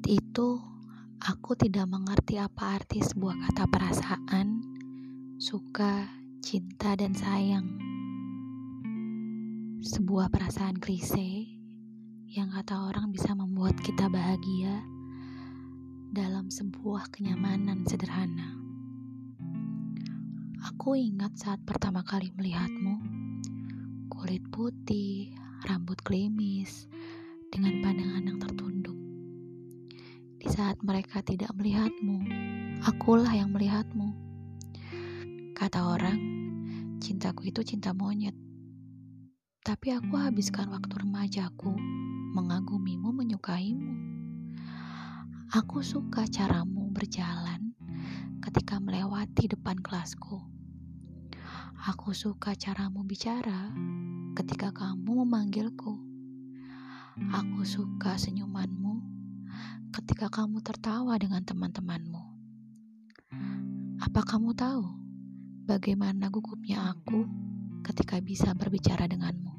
Saat itu, aku tidak mengerti apa arti sebuah kata perasaan, suka, cinta, dan sayang. Sebuah perasaan klise yang kata orang bisa membuat kita bahagia dalam sebuah kenyamanan sederhana. Aku ingat saat pertama kali melihatmu, kulit putih, rambut klimis, dengan pandangan yang tertunduk. Di saat mereka tidak melihatmu, akulah yang melihatmu. Kata orang, cintaku itu cinta monyet. Tapi aku habiskan waktu remajaku mengagumimu, menyukaimu. Aku suka caramu berjalan ketika melewati depan kelasku. Aku suka caramu bicara ketika kamu memanggilku. Aku suka senyumanmu ketika kamu tertawa dengan teman-temanmu. Apa kamu tahu bagaimana gugupnya aku ketika bisa berbicara denganmu?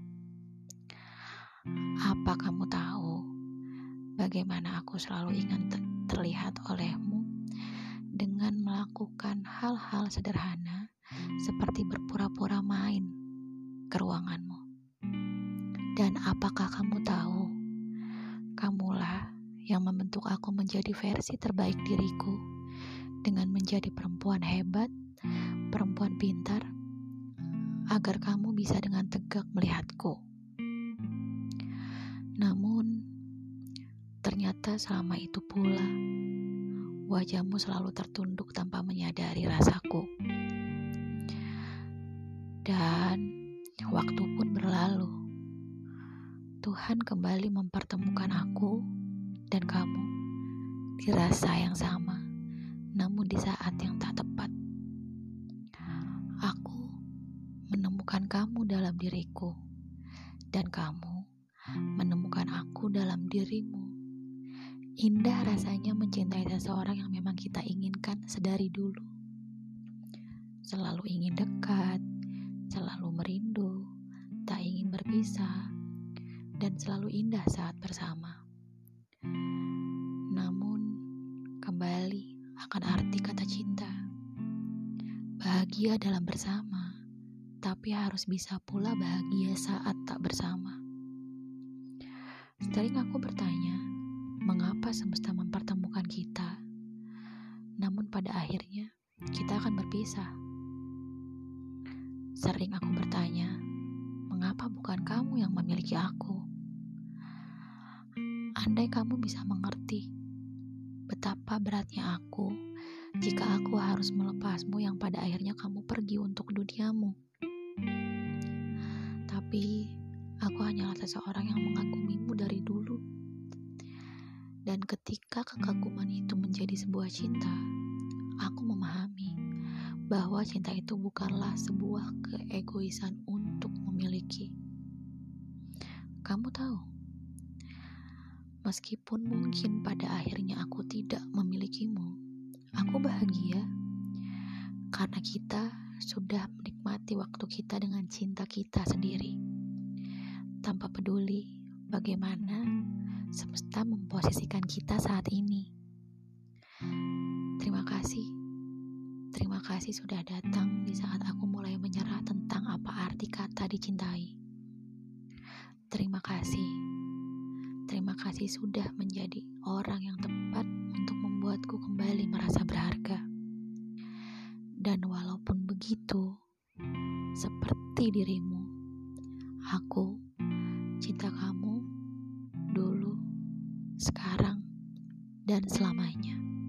Apa kamu tahu bagaimana aku selalu ingin terlihat olehmu dengan melakukan hal-hal sederhana seperti berpura-pura main ke ruanganmu? Dan apakah kamu tahu, kamulah yang membentuk aku menjadi versi terbaik diriku dengan menjadi perempuan hebat, perempuan pintar, agar kamu bisa dengan tegak melihatku. Namun, ternyata selama itu pula, wajahmu selalu tertunduk tanpa menyadari rasaku. Dan waktu pun berlalu. Tuhan kembali mempertemukan aku dan kamu di rasa yang sama, namun di saat yang tak tepat. Aku menemukan kamu dalam diriku, dan kamu menemukan aku dalam dirimu. Indah rasanya mencintai seseorang yang memang kita inginkan sedari dulu. Selalu ingin dekat, selalu merindu, tak ingin berpisah, dan selalu indah saat bersama. Namun, kembali akan arti kata cinta. Bahagia dalam bersama, tapi harus bisa pula bahagia saat tak bersama. Sering aku bertanya, mengapa semesta mempertemukan kita, namun pada akhirnya kita akan berpisah. Sering aku bertanya, mengapa bukan kamu yang memiliki aku? Andai kamu bisa mengerti betapa beratnya aku jika aku harus melepasmu yang pada akhirnya kamu pergi untuk duniamu. Tapi aku hanyalah seseorang yang mengagumimu dari dulu. Dan ketika kekaguman itu menjadi sebuah cinta, aku memahami bahwa cinta itu bukanlah sebuah keegoisan untuk memiliki. Kamu tahu, meskipun mungkin pada akhirnya aku tidak memilikimu, aku bahagia karena kita sudah menikmati waktu kita dengan cinta kita sendiri, tanpa peduli bagaimana semesta memposisikan kita saat ini. Terima kasih sudah datang di saat aku mulai menyerah tentang apa arti kata dicintai. Terima kasih sudah menjadi orang yang tepat untuk membuatku kembali merasa berharga. Dan walaupun begitu, seperti dirimu, aku cinta kamu dulu, sekarang, dan selamanya.